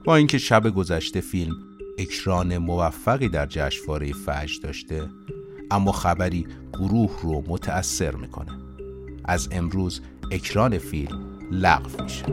با اینکه شب گذشته فیلم اکران موفقی در جشنواره فجر داشته، اما خبری گروه رو متأثر میکنه. از امروز اکران فیلم لغو میشه.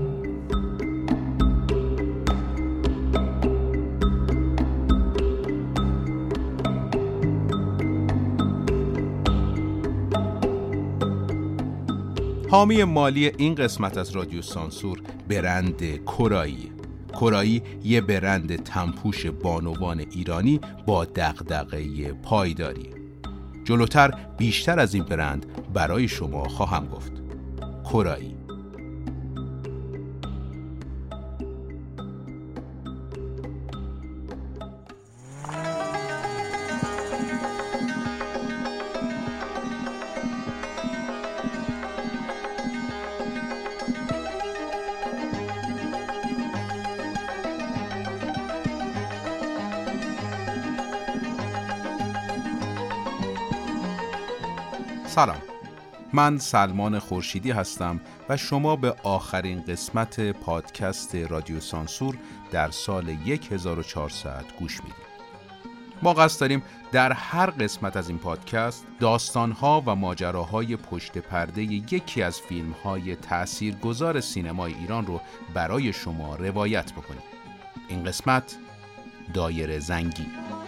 حامی مالی این قسمت از رادیو سانسور برند کرایی. کرایی یه برند تنپوش بانوان ایرانی با دغدغه پایداری. جلوتر بیشتر از این برند برای شما خواهم گفت. کرایی. سلام، من سلمان خورشیدی هستم و شما به آخرین قسمت پادکست رادیو سانسور در سال 1400 گوش میدید. ما قصد داریم در هر قسمت از این پادکست داستانها و ماجراهای پشت پرده یکی از فیلمهای تأثیرگذار سینمای ایران رو برای شما روایت بکنیم. این قسمت دایره زنگی.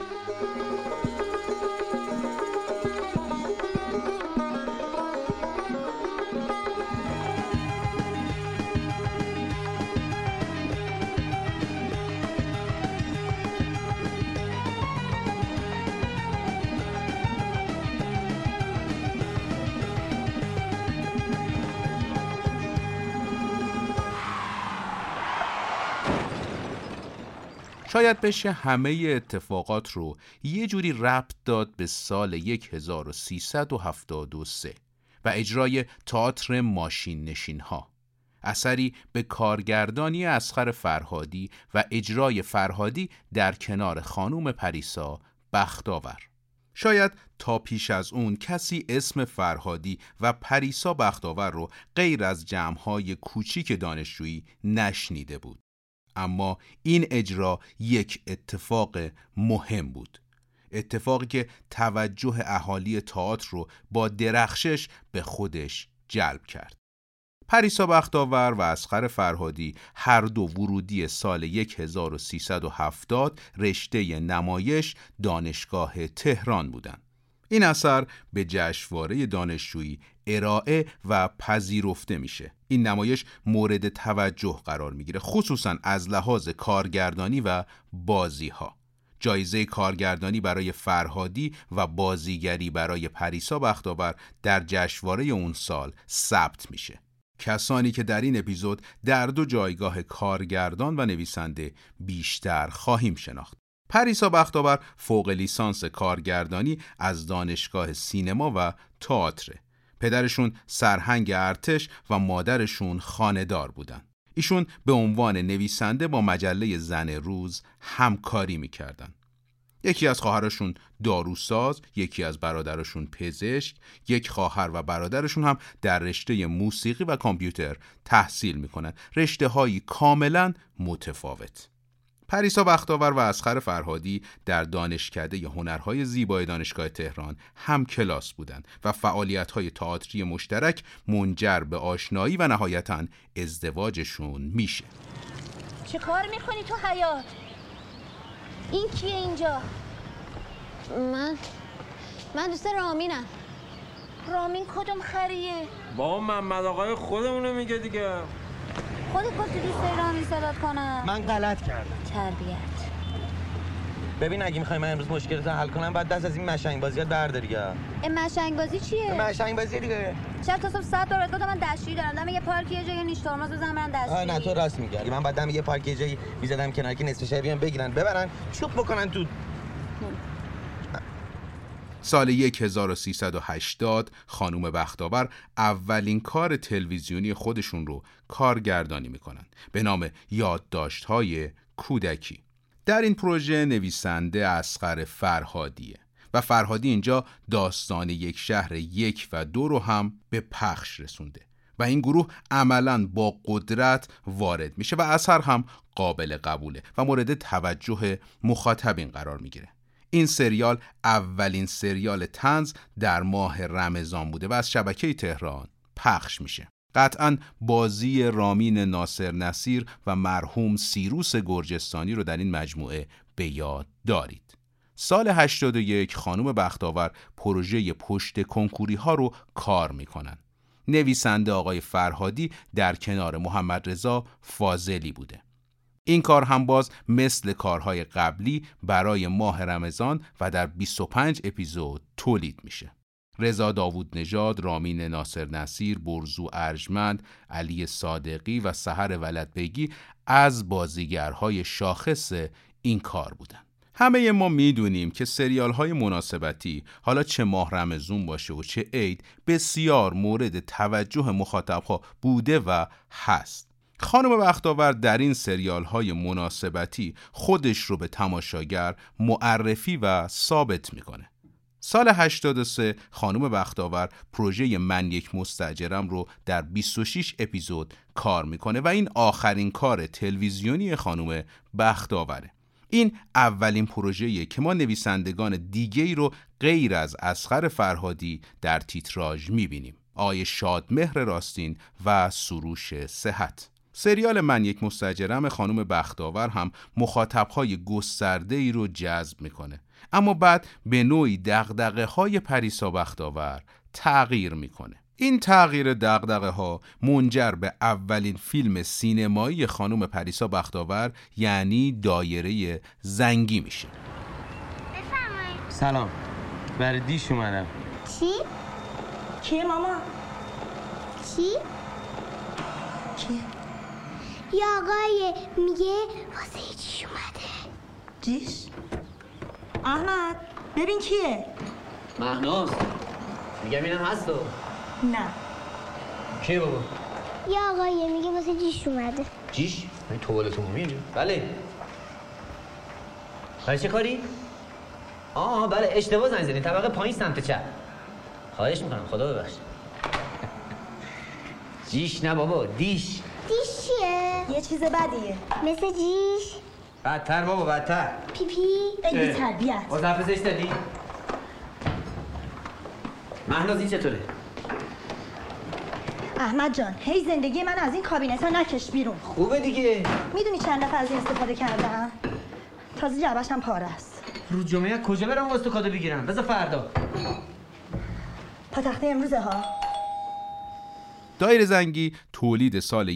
شاید بشه همه اتفاقات رو یه جوری ربط داد به سال 1373 و اجرای تئاتر ماشین نشین ها، اثری به کارگردانی اصغر فرهادی و اجرای فرهادی در کنار خانوم پریسا بختاور. شاید تا پیش از اون کسی اسم فرهادی و پریسا بختاور رو غیر از جمع‌های کوچیک دانشجویی نشنیده بود. اما این اجرا یک اتفاق مهم بود، اتفاقی که توجه اهالی تئاتر رو با درخشش به خودش جلب کرد. پریسا بختاور و اصغر فرهادی هر دو ورودی سال 1370 رشته نمایش دانشگاه تهران بودند. این اثر به جشنواره دانشجویی ارائه و پذیرفته میشه. این نمایش مورد توجه قرار میگیره، خصوصا از لحاظ کارگردانی و بازی ها. جایزه کارگردانی برای فرهادی و بازیگری برای پریسا بختاور در جشنواره اون سال ثبت میشه. کسانی که در این اپیزود در دو جایگاه کارگردان و نویسنده بیشتر خواهیم شناخت. پریسا بختاور فوق لیسانس کارگردانی از دانشگاه سینما و تئاتر. پدرشون سرهنگ ارتش و مادرشون خانه‌دار بودن. ایشون به عنوان نویسنده با مجله زن روز همکاری میکردن. یکی از خواهرشون داروساز، یکی از برادرشون پزشک، یک خواهر و برادرشون هم در رشته موسیقی و کامپیوتر تحصیل میکنن. رشته‌هایی کاملا متفاوت. پریسا بختاور و اصغر فرهادی در دانشکده هنرهای زیبای دانشگاه تهران هم کلاس بودند و فعالیت‌های تئاتری مشترک منجر به آشنایی و نهایتاً ازدواجشون میشه. چه کار میکنی تو حیاط؟ این کیه اینجا؟ من دوست رامینم. رامین کدوم خریه؟ با محمد آقای خودمونو میگه دیگه. خودت گفتی دوست داری رامین صدات کنم. من غلط کردم. تربیت. ببین اگه میخوای من امروز مشکلتو حل کنم بعد دست از این مشنگ بازیات برداری دیگه. این مشنگ بازی چیه؟ مشنگ بازی دیگه. شب تا صبح 100 دور گفتم من دستشویی دارم. دم یه پارک یه جای نیش ترمز بزنم برم دستشویی. نه تو راست میگی. من بعد دم یه پارک یه جایی میزدم کنار که نصف شب بیان بگیرن ببرن چوب بکنن تو. سال 1380 خانوم بختاور اولین کار تلویزیونی خودشون رو کارگردانی میکنن به نام یادداشت‌های کودکی. در این پروژه نویسنده اصغر فرهادیه و فرهادی اینجا داستان یک شهر 1 و 2 رو هم به پخش رسونده و این گروه عملاً با قدرت وارد میشه و اثر هم قابل قبوله و مورد توجه مخاطبین قرار میگیره. این سریال اولین سریال طنز در ماه رمضان بوده و از شبکه تهران پخش میشه. قطعاً بازی رامین ناصر نصیر و مرحوم سیروس گرجستانی رو در این مجموعه به یاد دارید. سال 81 خانم بختاور پروژه پشت کنکوری ها رو کار میکنن. نویسنده آقای فرهادی در کنار محمد رضا فاضلی بوده. این کار هم باز مثل کارهای قبلی برای ماه رمضان و در 25 اپیزود تولید میشه. رضا داوود نژاد، رامین ناصر نصیر، برزو ارجمند، علی صادقی و سحر ولدبگی از بازیگرهای شاخص این کار بودن. همه ما میدونیم که سریال های مناسبتی، حالا چه ماه رمضان باشه و چه عید، بسیار مورد توجه مخاطب ها بوده و هست. خانم بختاور در این سریال های مناسبتی خودش رو به تماشاگر معرفی و ثابت میکنه. سال 83 خانم بختاور پروژه من یک مستاجرم رو در 26 اپیزود کار میکنه و این آخرین کار تلویزیونی خانم بختاوره. این اولین پروژه‌ایه که ما نویسندگان دیگه‌ای رو غیر از اصغر فرهادی در تیتراژ میبینیم. آقای شادمهر راستین و سروش صحت. سریال من یک مستاجرم خانم بختاور هم مخاطب‌های گسترده‌ای رو جذب میکنه، اما بعد به نوعی دغدغه‌های پریسا بختاور تغییر میکنه. این تغییر دغدغه‌ها منجر به اولین فیلم سینمایی خانم پریسا بختاور یعنی دایره زنگی میشه. بفرمایید. سلام، برای دیش اومدم. چی؟ کیه ماما؟ چی؟ کیه؟ یا آقای میگه واسه چیش اومده. دیش؟ احمد ببین کیه؟ مهناز میگم اینم هست و نه. کیه بابا؟ یا آقای میگه واسه چیش اومده. جیش؟ این توالت عمومی اینجا؟ بله. برای چه کاری؟ بله اشتباه زنگ زدین، طبقه پایین سمت چپ. خواهش میکنم، خدا ببخشید. جیش نه بابا، دیش. دیش چیه؟ یه چیز بدیه. مثل جیش؟ بدتر بابا، بدتر. پیپی؟ ای بی تربیت. مزفزش دادی؟ مهناز این چطوره؟ احمد جان هی زندگی من از این کابینت ها نکش بیرون. خوبه دیگه. میدونی چند دفعه از این استفاده کردم؟ تازه جعبش هم پاره است. رو جمعه کجا برم واسه کادو بگیرم؟ بذار فردا. پاتخته امروزه ها. دایره زنگی تولید سال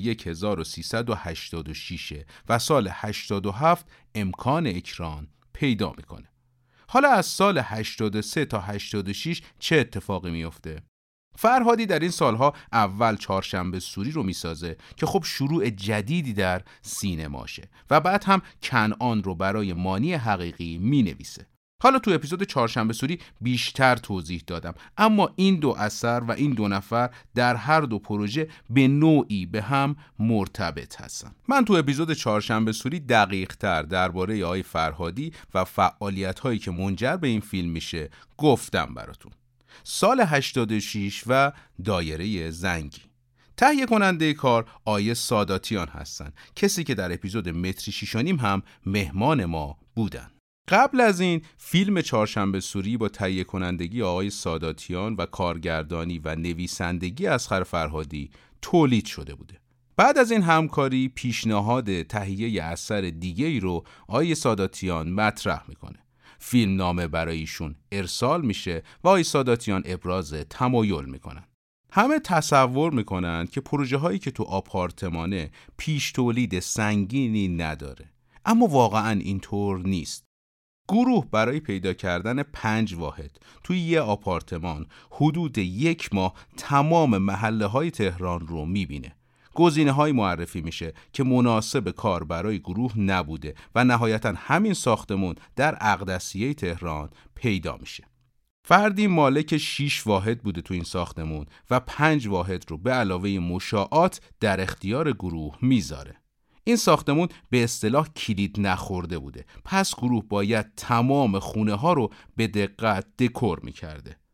1386 و سال 87 امکان اکران پیدا میکنه. حالا از سال 83 تا 86 چه اتفاقی میفته؟ فرهادی در این سالها اول چهارشنبه سوری رو میسازه که خب شروع جدیدی در سینماشه و بعد هم کنعان رو برای مانی حقیقی مینویسه. حالا تو اپیزود چهارشنبه سوری بیشتر توضیح دادم، اما این دو اثر و این دو نفر در هر دو پروژه به نوعی به هم مرتبط هستن. من تو اپیزود چهارشنبه سوری دقیق تر درباره آقای فرهادی و فعالیت هایی که منجر به این فیلم میشه گفتم براتون. سال 86 و دایره زنگی. تهیه کننده کار آقای ساداتیان هستن، کسی که در اپیزود متری 6.5 هم مهمان ما بودن. قبل از این فیلم چهارشنبه سوری با تهیه کنندگی آقای ساداتیان و کارگردانی و نویسندگی اصغر فرهادی تولید شده بوده. بعد از این همکاری پیشنهاد تهیه اثر دیگه‌ای رو آقای ساداتیان مطرح میکنه. فیلم نامه برای ایشون ارسال میشه و آقای ساداتیان ابراز تمایل میکنن. همه تصور میکنن که پروژه هایی که تو آپارتمانه پیش تولید سنگینی نداره، اما واقعا اینطور نیست. گروه برای پیدا کردن 5 واحد توی یه آپارتمان حدود 1 ماه تمام محله های تهران رو میبینه. گزینه های معرفی میشه که مناسب کار برای گروه نبوده و نهایتا همین ساختمون در اقدسیه تهران پیدا میشه. فردی مالک 6 واحد بوده تو این ساختمون و 5 واحد رو به علاوه مشاعات در اختیار گروه میذاره. این ساختمون به اصطلاح کلید نخورده بوده، پس گروه باید تمام خونه ها رو به دقت دکور میکرده.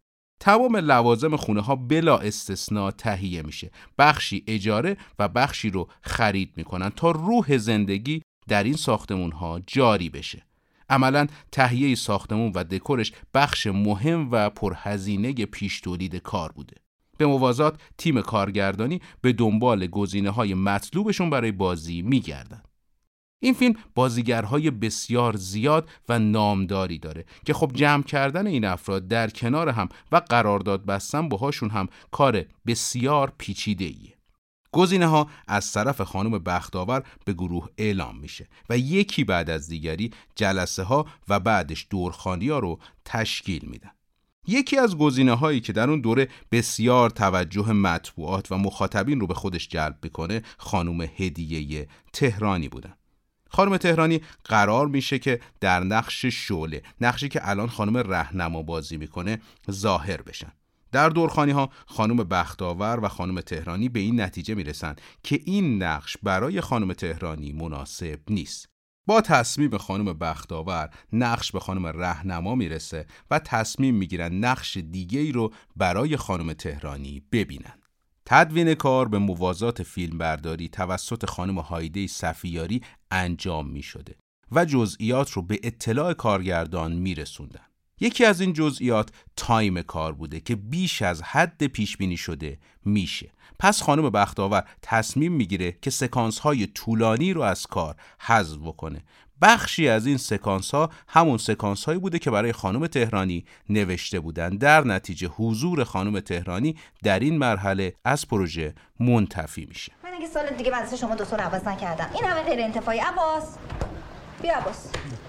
تمام لوازم خونه ها بلا استثناء تهیه میشه. بخشی اجاره و بخشی رو خرید میکنن تا روح زندگی در این ساختمون ها جاری بشه. عملاً تهیه ساختمون و دکورش بخش مهم و پرهزینه پیش تولید کار بوده. به موازات تیم کارگردانی به دنبال گزینه‌های مطلوبشون برای بازی میگردن. این فیلم بازیگرهای بسیار زیاد و نامداری داره که خب جمع کردن این افراد در کنار هم و قرارداد بستن باهاشون هم کار بسیار پیچیده‌ایه. گزینه‌ها از طرف خانم بختاور به گروه اعلام میشه و یکی بعد از دیگری جلسه‌ها و بعدش دورخوانی‌ها رو تشکیل میدن. یکی از گزینه‌هایی که در اون دوره بسیار توجه مطبوعات و مخاطبین رو به خودش جلب میکنه خانم هدیه تهرانی بودن. خانم تهرانی قرار میشه که در نقش شعله، نقشی که الان خانم رهنما بازی میکنه، ظاهر بشن. در دورخوانی‌ها خانم بختاور و خانم تهرانی به این نتیجه میرسن که این نقش برای خانم تهرانی مناسب نیست. با تصمیم خانم بختاور نقش به خانم رهنما میرسه و تصمیم میگیرن نقش دیگه‌ای رو برای خانم تهرانی ببینن. تدوین کار به موازات فیلمبرداری توسط خانم هایده صفیاری انجام می شده و جزئیات رو به اطلاع کارگردان می رسوندن. یکی از این جزئیات تایم کار بوده که بیش از حد پیش بینی شده میشه. پس خانم بختاور تصمیم میگیره که سکانس های طولانی رو از کار حذف کنه. بخشی از این سکانس ها همون سکانس هایی بوده که برای خانم تهرانی نوشته بودن. در نتیجه حضور خانم تهرانی در این مرحله از پروژه منتفی میشه. من اگه سال دیگه مدرسه شما دو سال عوض نکردم این همه غیر انتفاعی. عباس بیا عباس.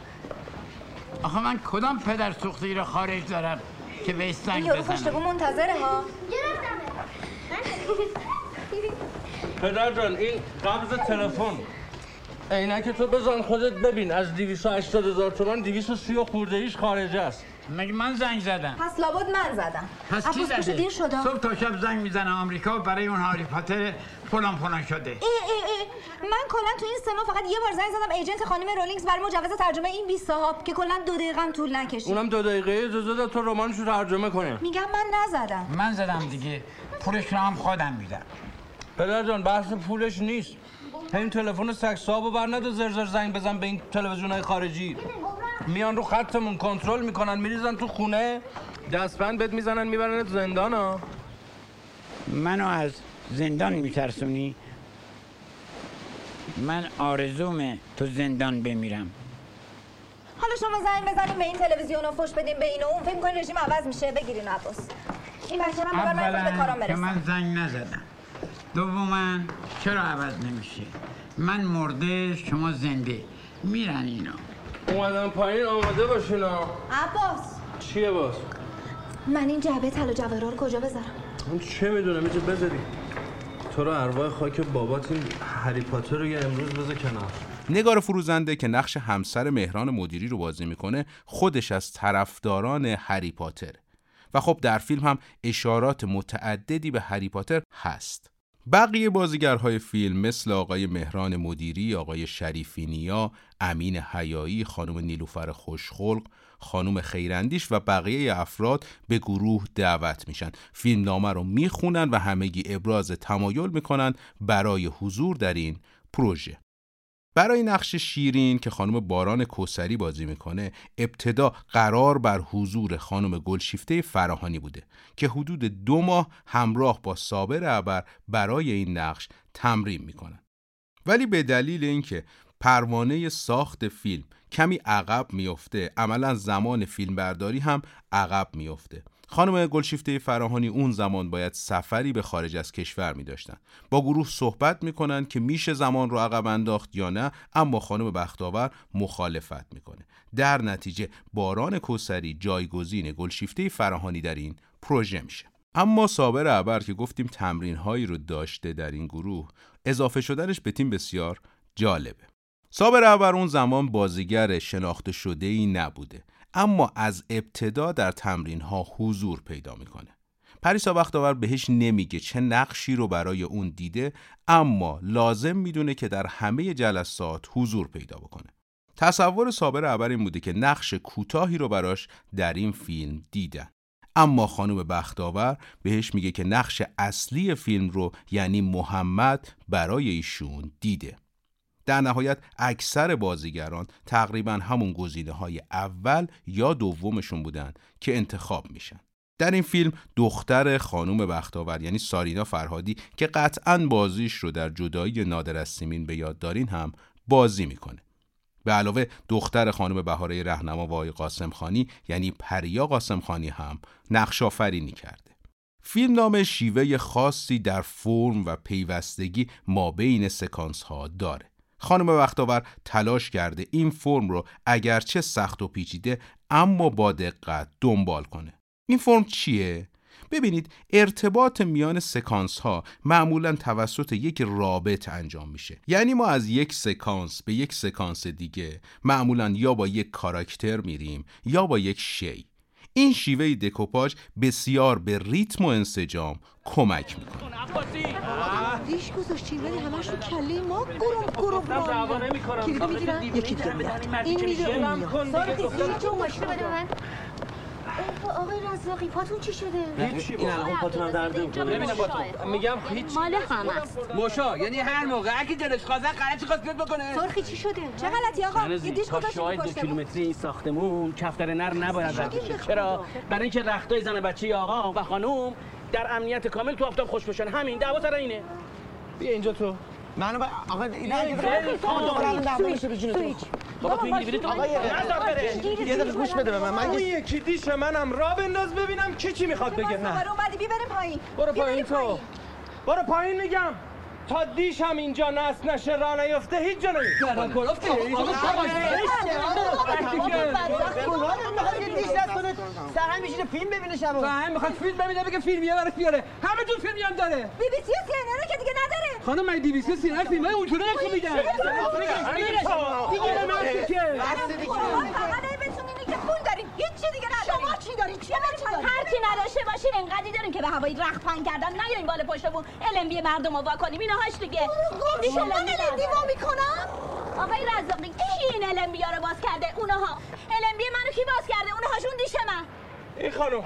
آخه من کدام پدر سوختی رو خارج دارم که به سنگ بزنم؟ یارو پشت بو منتظره ها. پدر جان این قبض تلفن. عینک تو بزن خودت ببین، از 280,000 تومان 230 خورده ایش خارجه است. مگه من زنگ زدم؟ پس لابد من زدم. پس کی زده؟ دیر شده. صبح تا شب زنگ میزنه آمریکا برای اون هاری پاتر فلان شده. من کلا تو این سنو فقط یه بار زنگ زدم ایجنت خانم رولینگز برای مجوز ترجمه این 20 صاحب که کلا 2 دقیقه هم طول نکشید. اونم 2 دقیقه اجازه داد تو رمانشو ترجمه کنه. میگم من نزدم. من زدم دیگه. پولش رو هم خودم میدم. پدر جان بحث پولش نیست. این تلفن سگ صاحبو برنده زرزر زنگ بزن به این تلویزیونای خارجی. میان رو خطمون کنترل میکنن، میریزن تو خونه، دستبند بهت میزنن میبرنت زندان ها. منو از زندان میترسونی؟ من آرزومه تو زندان بمیرم. حالا شما زنگ بزنیم به این تلویزیون و فوش بدیم به این و اون، فکر می‌کنین رژیم عوض میشه؟ بگیرین عباس. این بچه من ببر من به کارام برسم. که من زنگ نزدم. دوما چرا عوض نمیشه؟ من مرده شما زنده. میرن اینا. اومدن پایین آماده باشین ها. عباس چیه باز؟ من این جعبه طلا جواهرا رو کجا بذارم؟ من چه میدونم اینجا بذاری. تو رو ارواح خاک بابات این هری پاتر رو یه امروز بذار کنار. نگار فروزنده که نقش همسر مهران مدیری رو بازی میکنه خودش از طرفداران هری پاتر و خب در فیلم هم اشارات متعددی به هری پاتر هست. بقیه بازیگرهای فیلم مثل آقای مهران مدیری، آقای شریفی نیا، امین حیایی، خانم نیلوفر خوشخلق، خانم خیراندیش و بقیه افراد به گروه دعوت میشن. فیلمنامه رو میخونن و همگی ابراز تمایل میکنن برای حضور در این پروژه. برای نقش شیرین که خانم باران کوثری بازی میکنه ابتدا قرار بر حضور خانم گلشیفته فراهانی بوده که حدود 2 ماه همراه با صابر ابر برای این نقش تمرین میکنن. ولی به دلیل اینکه پروانه ساخت فیلم کمی عقب میفته، عملا زمان فیلم برداری هم عقب میفته. خانم گلشیفته فراهانی اون زمان باید سفری به خارج از کشور می داشتن. با گروه صحبت می کنن که میشه زمان رو عقب انداخت یا نه، اما خانم بختاور مخالفت میکنه. در نتیجه باران کوثری جایگزین گلشیفته فراهانی در این پروژه میشه. اما صابر ابر که گفتیم تمرین هایی رو داشته در این گروه، اضافه شدنش به تیم بسیار جالبه. صابر ابر اون زمان بازیگر شناخته شده‌ای نبوده، اما از ابتدا در تمرین ها حضور پیدا میکنه. پریسا بختاور بهش نمیگه چه نقشی رو برای اون دیده، اما لازم میدونه که در همه جلسات حضور پیدا بکنه. تصور صابر ابر این بوده که نقش کوتاهی رو براش در این فیلم دیدن، اما خانم بختاور بهش میگه که نقش اصلی فیلم رو یعنی محمد برای ایشون دیده. در نهایت اکثر بازیگران تقریبا همون گزینه‌های اول یا دومشون بودن که انتخاب میشن. در این فیلم دختر خانم بختاور یعنی سارینا فرهادی که قطعاً بازیش رو در جدایی نادر از سیمین به یاد دارین هم بازی میکنه. به علاوه دختر خانم بهاره رهنما و آقای قاسم خانی یعنی پریا قاسم خانی هم نقش آفرینی کرده. فیلم نام شیوه خاصی در فرم و پیوستگی مابین سکانس ها داره. خانم بختاور تلاش کرده این فرم رو اگرچه سخت و پیچیده اما با دقت دنبال کنه. این فرم چیه؟ ببینید ارتباط میان سکانس ها معمولاً توسط یک رابط انجام میشه. یعنی ما از یک سکانس به یک سکانس دیگه معمولاً یا با یک کاراکتر میریم یا با یک شی. این شیوه دکوپاژ بسیار به ریتم و انسجام کمک میکنه. دیش گذاشتیم ولی همش رو کله ما گروم راه کلیدو میگیرن یکی دیگه میاد این میده اون میاد سارخی جو ماشین بده من. آقای رزاقی پاتون چی شده؟ این الان پاتونم درد میکنه. ببینم پاتون میگم هیچ مال همه است. موشا یعنی هر موقع اگه دلش خواست غلطی خواست بیاد بکنه. سارخی چی شده؟ چه غلطی آقا؟ یه دیش گذاشتیم 2 کیلومتری این ساختمون کفتر نر نباید رد بشه. چرا؟ برای اینکه رختای زن بچه آقا و خانم در امنیت کامل تو آفتاب خوش بشن. همین دعوا سر اینه. بیا اینجا تو. منو آقا اینا دوباره دعوا میشه به جون تو. بابا تو این لیبریت آقا یه دقیقه گوش بده به من. اون یکی دیش منم را بنداز ببینم چی میخواد بگه. نه برو بعدی بریم پایین. برو پایین تو. برو پایین میگم. تا دیش هم اینجا نست نشه را نیفته هیچ جا نمیفته. گلفته سهن میشینه فیلم ببینه شبا. سهن میخواد فیلم ببینه بگه فیلمیه برای بیاره. همه جور فیلمی هم داره. بی بی سی و CNN رو که دیگه نداره. خانم من BBC و CNN فیلمای اونجوری نشون میدن. دیگه نمیشه که. فقط بهتون اینه که پول دارین. هیچ چی دیگه ندارین. شما چی دارین؟ هر چی نداشته باشین انقدی دارین که به هوایی رخت پهن کردن نیاین بالا پشتمون LMB مردم رو وا کنیم. اینهاش دیگه. شما LMB وا میکنم؟ آقای رزاقی کی این LMB ها رو باز کرده؟ اونها. LMB منو کی باز کرده؟ اونهاشون دیش من. این خانم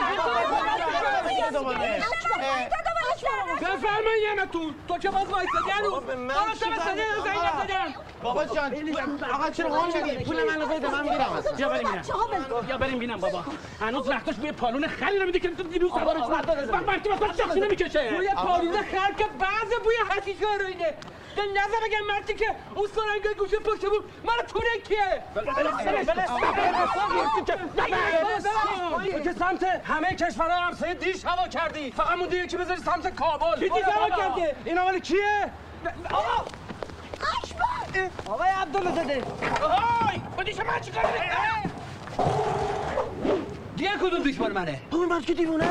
بفرمایید تو که باز وایسادی هنوز برو سر سنه زنگ نزدم. بابا جان آقا چرا غول میدی؟ پول منو بده من میرم. یا بریم بینم بابا. هنوز رختاش بوی پالون خلی نمیده که تو دیروز سوارش وقتی واسه شخصی نمیکشه. بوی پالون خر که بعض بوی حشیش رو اینه. نظر بگم مردی که اون سرنگای گوشه پشت بود مال تونه کیه؟ که سمت همه کشورها همسایه دیش هوا کردی. فقط مونده یکی بذاری سمت کابل. کی دیش هوا کرده؟ اینا مال کیه؟ آقا اکبر آقای عبدالزاده آهای با دیش من چی کار میکنی؟ دیگه کدوم دیش مال منه؟ همین من که دیوونه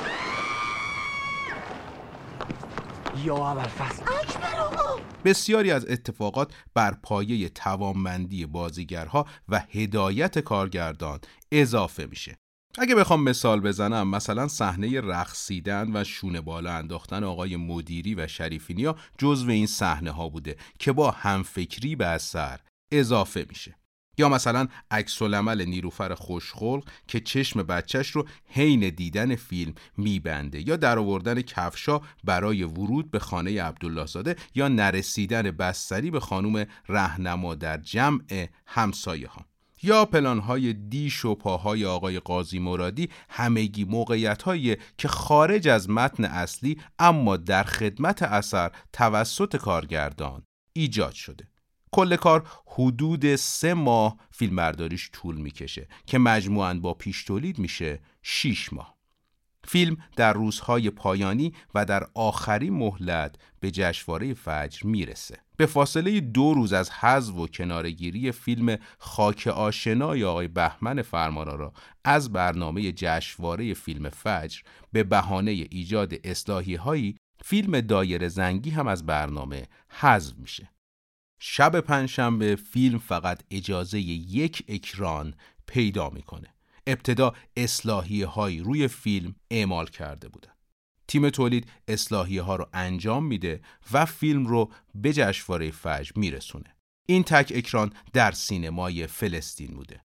یا ابوالفضل. بسیاری از اتفاقات بر پایه توانمندی بازیگرها و هدایت کارگردان اضافه میشه. اگه بخوام مثال بزنم مثلا صحنه رقصیدن و شونه بالا انداختن آقای مدیری و شریفینیا جزو این صحنه ها بوده که با همفکری به اثر اضافه میشه. یا مثلا عکس‌العمل نیلوفر خوشخلق که چشم بچهش رو حین دیدن فیلم میبنده، یا در آوردن کفشا برای ورود به خانه عبدالله زاده، یا نرسیدن بستری به خانم رهنما در جمع همسایه ها. یا پلان‌های دیش و پاهای آقای قاضی مرادی همگی موقعیت‌هایی که خارج از متن اصلی اما در خدمت اثر توسط کارگردان ایجاد شده. کل کار حدود 3 ماه فیلمبرداریش طول میکشه که مجموعاً با پیش تولید میشه 6 ماه. فیلم در روزهای پایانی و در آخرین مهلت به جشنواره فجر میرسه. به فاصله 2 روز از حذف و کناره‌گیری فیلم خاک آشنای آقای بهمن فرمانآرا از برنامه جشنواره فیلم فجر به بهانه ایجاد اصلاحی‌هایی، فیلم دایره زنگی هم از برنامه حذف میشه. شب پنجشنبه فیلم فقط اجازه 1 اکران پیدا میکنه. ابتدا اصلاحیه هایی روی فیلم اعمال کرده بودن. تیم تولید اصلاحیه ها رو انجام میده و فیلم رو به جشنواره فجر میرسونه. این تک اکران در سینمای فلسطین بوده.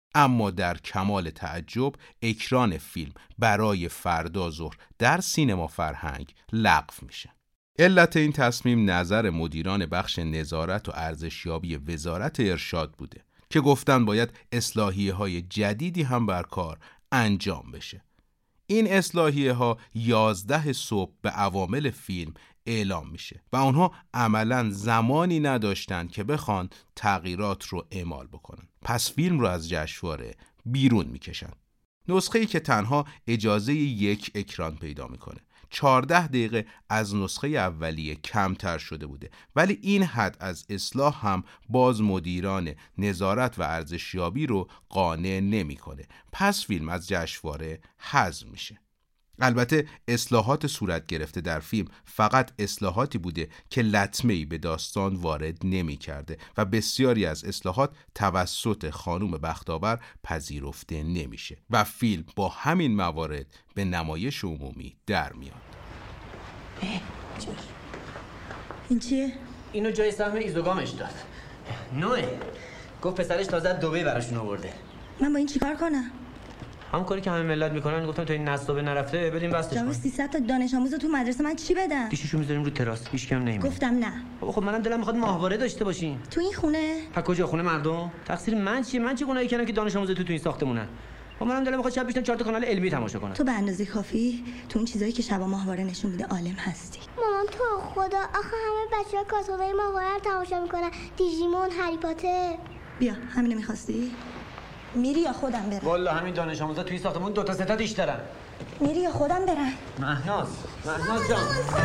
اما در کمال تعجب اکران فیلم برای فردا ظهر در سینما فرهنگ لغو میشه. علت این تصمیم نظر مدیران بخش نظارت و ارزشیابی وزارت ارشاد بوده که گفتن باید اصلاحیه‌های جدیدی هم بر کار انجام بشه. این اصلاحیه‌ها 11 صبح به عوامل فیلم اعلام میشه و آنها عملاً زمانی نداشتن که بخوان تغییرات رو اعمال بکنن. پس فیلم رو از جشنواره بیرون میکشن. نسخه‌ای که تنها اجازه یک اکران پیدا میکنه. 14 دقیقه از نسخه اولیه کمتر شده بوده، ولی این حد از اصلاح هم باز مدیران نظارت و ارزشیابی رو قانع نمیکنه. پس فیلم از جشنواره حذف میشه. البته اصلاحات صورت گرفته در فیلم فقط اصلاحاتی بوده که لطمه‌ای به داستان وارد نمی‌کرده و بسیاری از اصلاحات توسط خانم بختاور پذیرفته نمیشه و فیلم با همین موارد به نمایش عمومی در میاد. این چیه؟ اینو جای سهم ایزوگامش داد. نوه گفت پسرش تازه دبی براشون آورده. من با این چیکار کنم؟ هم کاری که همه ملت میکنن. گفتم تا این نصابه نرفته بدیم واسطش جواب 300 تا دانش آموز تو مدرسه من چی بدم؟ دیششو میذاریم رو تراس. هیچ کم نمیاد. گفتم نه. خب منم دلم میخواد ماهواره داشته باشیم. تو این خونه؟ ها کجا خونه مردم؟ تقصیر من چیه؟ من چه گناهی کردم که دانش آموز تو این ساختمونه؟ خب منم دلم میخواد شب بشینم 4 تا کانال علمی تماشا کنم. تو به اندازه کافی تو اون چیزایی که شبا ماهواره نشون میده عالم هستی. مامان تو خدا آخه همه بچه‌ها کارتونای ماهواره رو تماشا میکنن. دیجیمون، هری پاتر. بیا همینو می‌خواستی؟ میری یا خودم برم؟ والله همین دانش آموزا توی ساختمون 2 تا 3 تا دیش دارن. میری یا خودم برم؟ مهناز جان.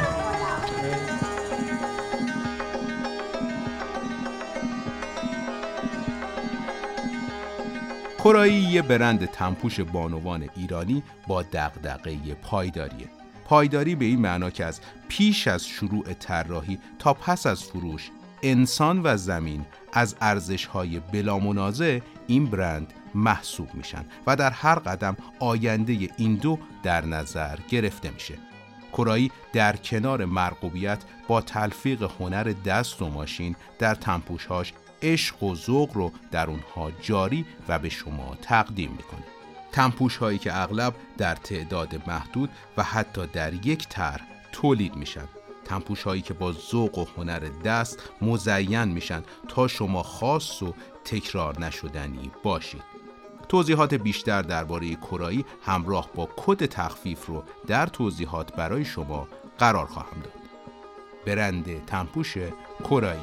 کرایی یه برند تنپوش بانوان ایرانی با دغدغه پایداریه. پایداری به این معنا که از پیش از شروع طراحی تا پس از فروش انسان و زمین از ارزش‌های بلامنازع این برند محسوب میشن و در هر قدم آینده این دو در نظر گرفته میشه. کرایی در کنار مرغوبیت با تلفیق هنر دست و ماشین در تنپوش‌هاش عشق و ذوق رو در اونها جاری و به شما تقدیم میکنه. تنپوش‌هایی که اغلب در تعداد محدود و حتی در یک طرح تولید میشن. تنپوش‌هایی که با ذوق و هنر دست مزین میشن تا شما خاص و تکرار نشدنی باشید. توضیحات بیشتر درباره کرایی همراه با کد تخفیف رو در توضیحات برای شما قرار خواهم داد. برند تنپوش کرایی.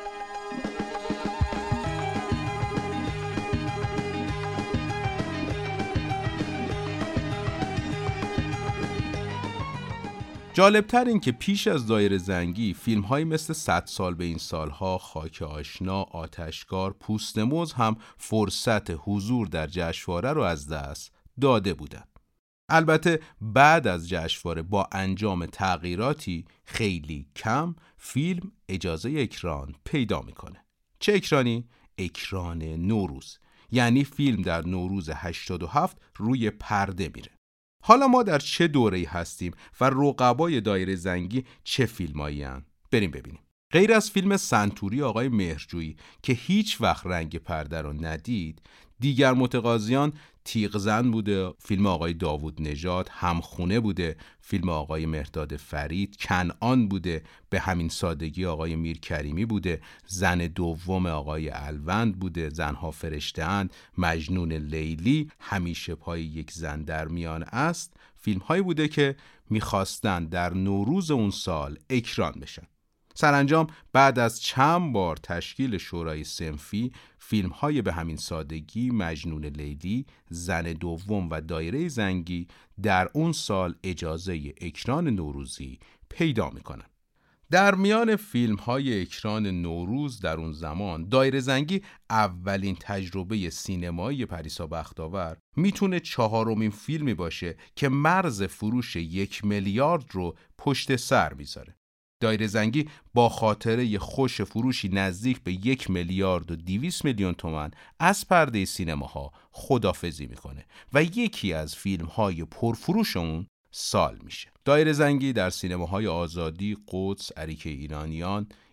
جالبتر این که پیش از دایره زنگی فیلم‌هایی مثل 100 سال به این سالها، خاک آشنا، آتشگار، پوستموز هم فرصت حضور در جشنواره رو از دست داده بودند. البته بعد از جشنواره با انجام تغییراتی خیلی کم فیلم اجازه اکران پیدا میکنه. چه اکرانی؟ اکران نوروز. یعنی فیلم در نوروز 87 روی پرده میره. حالا ما در چه دوره‌ای هستیم و رقبای دایره زنگی چه فیلمایی هستند؟ بریم ببینیم. غیر از فیلم سنتوری آقای مهرجویی که هیچ وقت رنگ پرده رو ندید، دیگر متقاضیان تیغزن بوده، فیلم آقای داوود نژاد، همخونه بوده، فیلم آقای مهرداد فرید، کنعان بوده، به همین سادگی آقای میرکریمی بوده، زن دوم آقای الوند بوده، زنها فرشته‌اند، مجنون لیلی، همیشه پای یک زن در میان است. فیلم هایی بوده که میخواستن در نوروز اون سال اکران بشن. سرانجام بعد از چند بار تشکیل شورای صنفی، فیلم‌های به همین سادگی، مجنون لیلی، زن دوم و دایره زنگی در اون سال اجازه اکران نوروزی پیدا میکنن. در میان فیلم‌های اکران نوروز در اون زمان، دایره زنگی اولین تجربه سینمایی پریسا بختاور میتونه 4مین فیلمی باشه که مرز فروش 1 میلیارد رو پشت سر میذاره. دایره زنگی با خاطره خوش فروشی نزدیک به 1 میلیارد و 200 میلیون تومان از پرده سینماها خداحافظی میکنه و یکی از فیلم‌های پرفروش اون سال میشه. دایره زنگی در سینماهای آزادی، قدس، اریک ایرانیان،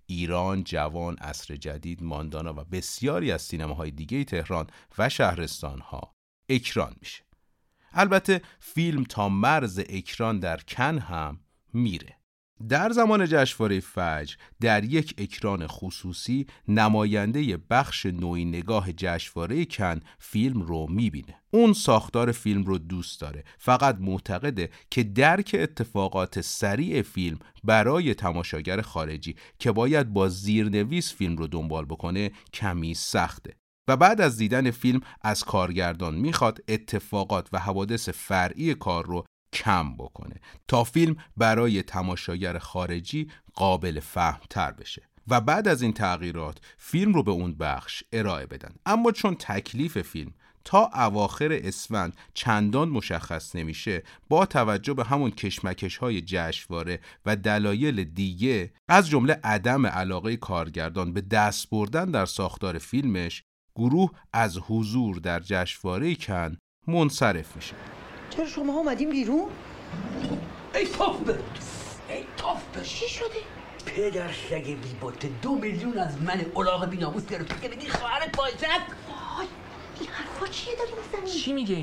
ایران، جوان، عصر جدید، ماندانا و بسیاری از سینماهای دیگه تهران و شهرستانها اکران میشه. البته فیلم تا مرز اکران در کن هم میره. در زمان جشنواره فجر در یک اکران خصوصی نماینده بخش نوعی نگاه جشنواره کن فیلم رو میبینه. اون ساختار فیلم رو دوست داره، فقط معتقده که درک اتفاقات سریع فیلم برای تماشاگر خارجی که باید با زیرنویس فیلم رو دنبال بکنه کمی سخته و بعد از دیدن فیلم از کارگردان میخواد اتفاقات و حوادث فرعی کار رو کم بکنه تا فیلم برای تماشاگر خارجی قابل فهم تر بشه و بعد از این تغییرات فیلم رو به اون بخش ارائه بدن. اما چون تکلیف فیلم تا اواخر اسفند چندان مشخص نمیشه، با توجه به همون کشمکش‌های جشنواره و دلایل دیگه از جمله عدم علاقه کارگردان به دست بردن در ساختار فیلمش، گروه از حضور در جشنواره کن منصرف میشه. چرا شما اومدیم بیرون؟ ای توف چی شده؟ پدر شگ بیباته 2 میلیون از من الاغ بیناموس گرفت که بگی خواهرت پایزک؟ وای این حرفا چیه داری میزنی؟ چی میگه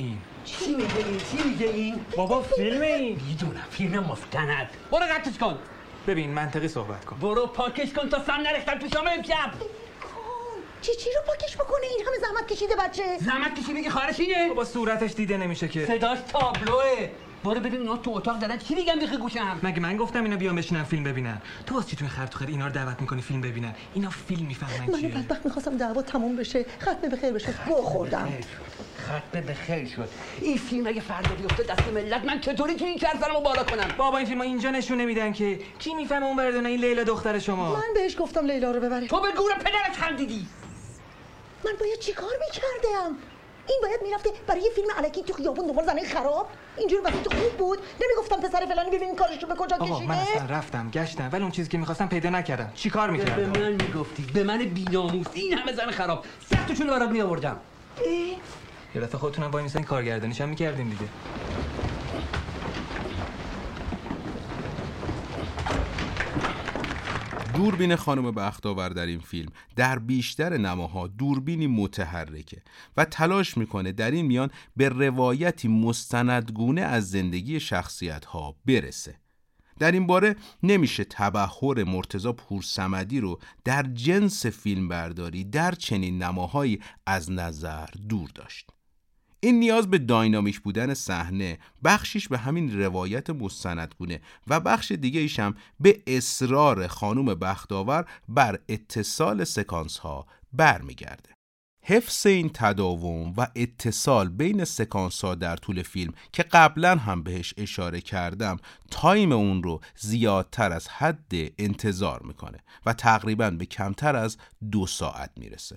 این؟ بابا فیلمه این؟ میدونم فیلم مفتند. برو قطعش کن. ببین منطقی صحبت کن. برو پاکش کن تا سم نرفتم تو شام امشب. چی رو پاکش بکنه؟ این همه زحمت کشیده بچه. زحمت کشی بگی خواهرش اینه؟ بابا صورتش دیده نمیشه که. صداش تابلوه. برو ببین اونا تو اتاق دارن چی میگن بیخ گوشم. مگه من گفتم اینا بیان بشینن فیلم ببینن؟ تو واسه چی تو این خرط خیر اینا رو دعوت میکنی فیلم ببینن؟ اینا فیلم میفهمن چیه؟ من بدبخت میخواستم دعوا تموم بشه، ختم بخیر بشه، گوه خوردم. ختم بخیر شد. این فیلم اگه فردا بیفته دست ملت من چطوری تو این چرزنمو بالا کنم؟ بابا این فیلمو اینجا نشون نمیدن که. کی میفهمه اون بردونه این لیلا دختر شما؟ من بهش گفتم لیلا رو ببره. تو به گور پدرت خندیدی. من باید چیکار میکردم؟ این باید میرفته برای یه فیلم الکی تو خیابون دنبال زنه خراب؟ اینجوری واسه تو خوب بود؟ نمیگفتم پسر فلانی ببین کارش رو به کجا کشیده؟ من اصلا رفتم گشتم ولی اون چیزی که میخواستم پیدا نکردم. چیکار میکردم؟ به من میگفتی، به من بی‌ناموس این همه زن خراب سختشون رو برات میآوردم. یه دفعه خودتونم وای میسین کارگردانیش هم میکردین دیگه. دوربین خانم بختاور در این فیلم در بیشتر نماها دوربینی متحرکه و تلاش میکنه در این میان به روایتی مستندگونه از زندگی شخصیت‌ها برسه. در این باره نمیشه تبحر مرتضی پورصمدی رو در جنس فیلم برداری در چنین نماهایی از نظر دور داشت. این نیاز به داینامیک بودن صحنه بخشیش به همین روایت مستندگونه و بخش دیگه ایش هم به اصرار خانم بختاور بر اتصال سکانس ها برمیگرده. حفظ این تداوم و اتصال بین سکانس ها در طول فیلم که قبلا هم بهش اشاره کردم تایم اون رو زیادتر از حد انتظار میکنه و تقریبا به کمتر از 2 ساعت میرسه.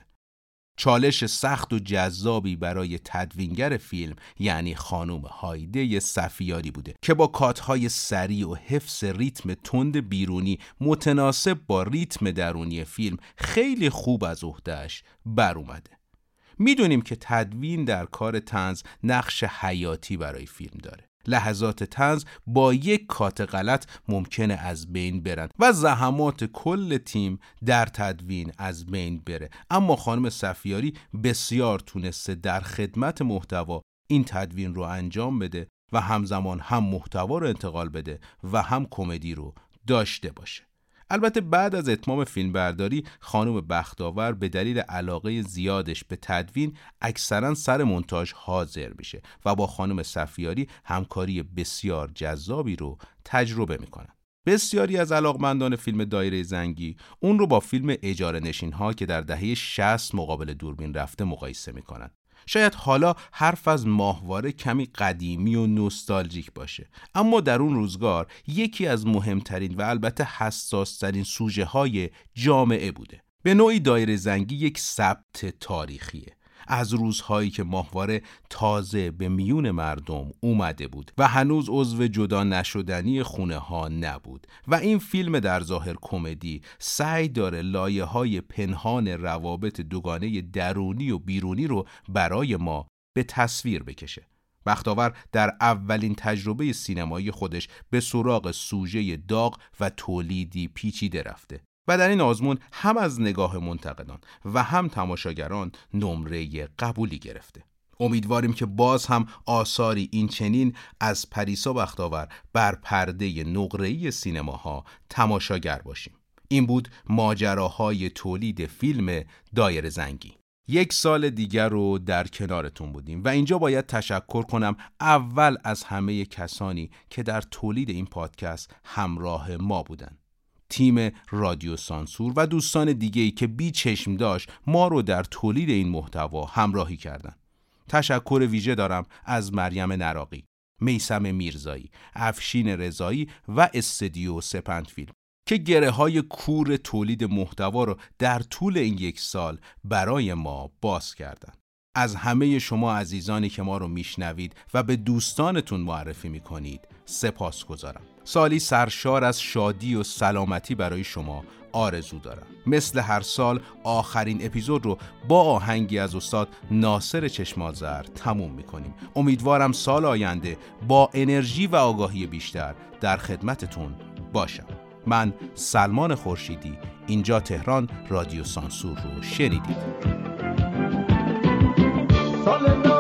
چالش سخت و جذابی برای تدوینگر فیلم یعنی خانم هایده صفیاری بوده که با کات‌های سریع و حفظ ریتم تند بیرونی متناسب با ریتم درونی فیلم خیلی خوب از عهده‌اش بر اومده. میدونیم که تدوین در کار طنز نقش حیاتی برای فیلم داره. لحظات طنز با یک کات غلط ممکنه از بین برن و زحمات کل تیم در تدوین از بین بره، اما خانم صفیاری بسیار تونسته در خدمت محتوا این تدوین رو انجام بده و همزمان هم محتوا رو انتقال بده و هم کمدی رو داشته باشه. البته بعد از اتمام فیلمبرداری خانم بختاور به دلیل علاقه زیادش به تدوین اکثرا سر مونتاژ حاضر میشه و با خانم صفیاری همکاری بسیار جذابی رو تجربه میکنن. بسیاری از علاقمندان فیلم دایره زنگی اون رو با فیلم اجاره نشین ها که در دهه 60 مقابل دوربین رفته مقایسه میکنن. شاید حالا حرف از ماهواره کمی قدیمی و نوستالژیک باشه، اما در اون روزگار یکی از مهمترین و البته حساس‌ترین سوژه های جامعه بوده. به نوعی دایره زنگی یک ثبت تاریخیه از روزهایی که ماهواره تازه به میون مردم اومده بود و هنوز عضو جدا نشدنی خونه ها نبود و این فیلم در ظاهر کمدی سعی داره لایه های پنهان روابط دوگانه درونی و بیرونی رو برای ما به تصویر بکشه. بختاور در اولین تجربه سینمایی خودش به سراغ سوژه داغ و تولیدی پیچیده رفته و در این آزمون هم از نگاه منتقدان و هم تماشاگران نمره قبولی گرفته. امیدواریم که باز هم آثاری این چنین از پریسا بختاور بر پرده نقره‌ای سینماها تماشاگر باشیم. این بود ماجراهای تولید فیلم دایره زنگی. 1 سال دیگر رو در کنارتون بودیم و اینجا باید تشکر کنم اول از همه کسانی که در تولید این پادکست همراه ما بودن. تیم رادیو سانسور و دوستان دیگه‌ای که بی چشم داشت ما رو در تولید این محتوا همراهی کردن. تشکر ویژه دارم از مریم نراقی، میثم میرزایی، افشین رضایی و استودیو سپندفیلم که گره‌های کور تولید محتوا رو در طول این 1 سال برای ما باز کردند. از همه شما عزیزانی که ما رو میشنوید و به دوستانتون معرفی میکنید سپاسگزارم. سالی سرشار از شادی و سلامتی برای شما آرزو دارم. مثل هر سال آخرین اپیزود رو با آهنگی از استاد ناصر چشمازر تموم میکنیم. امیدوارم سال آینده با انرژی و آگاهی بیشتر در خدمتتون باشم. من سلمان خورشیدی، اینجا تهران، رادیو سانسور رو شنیدید.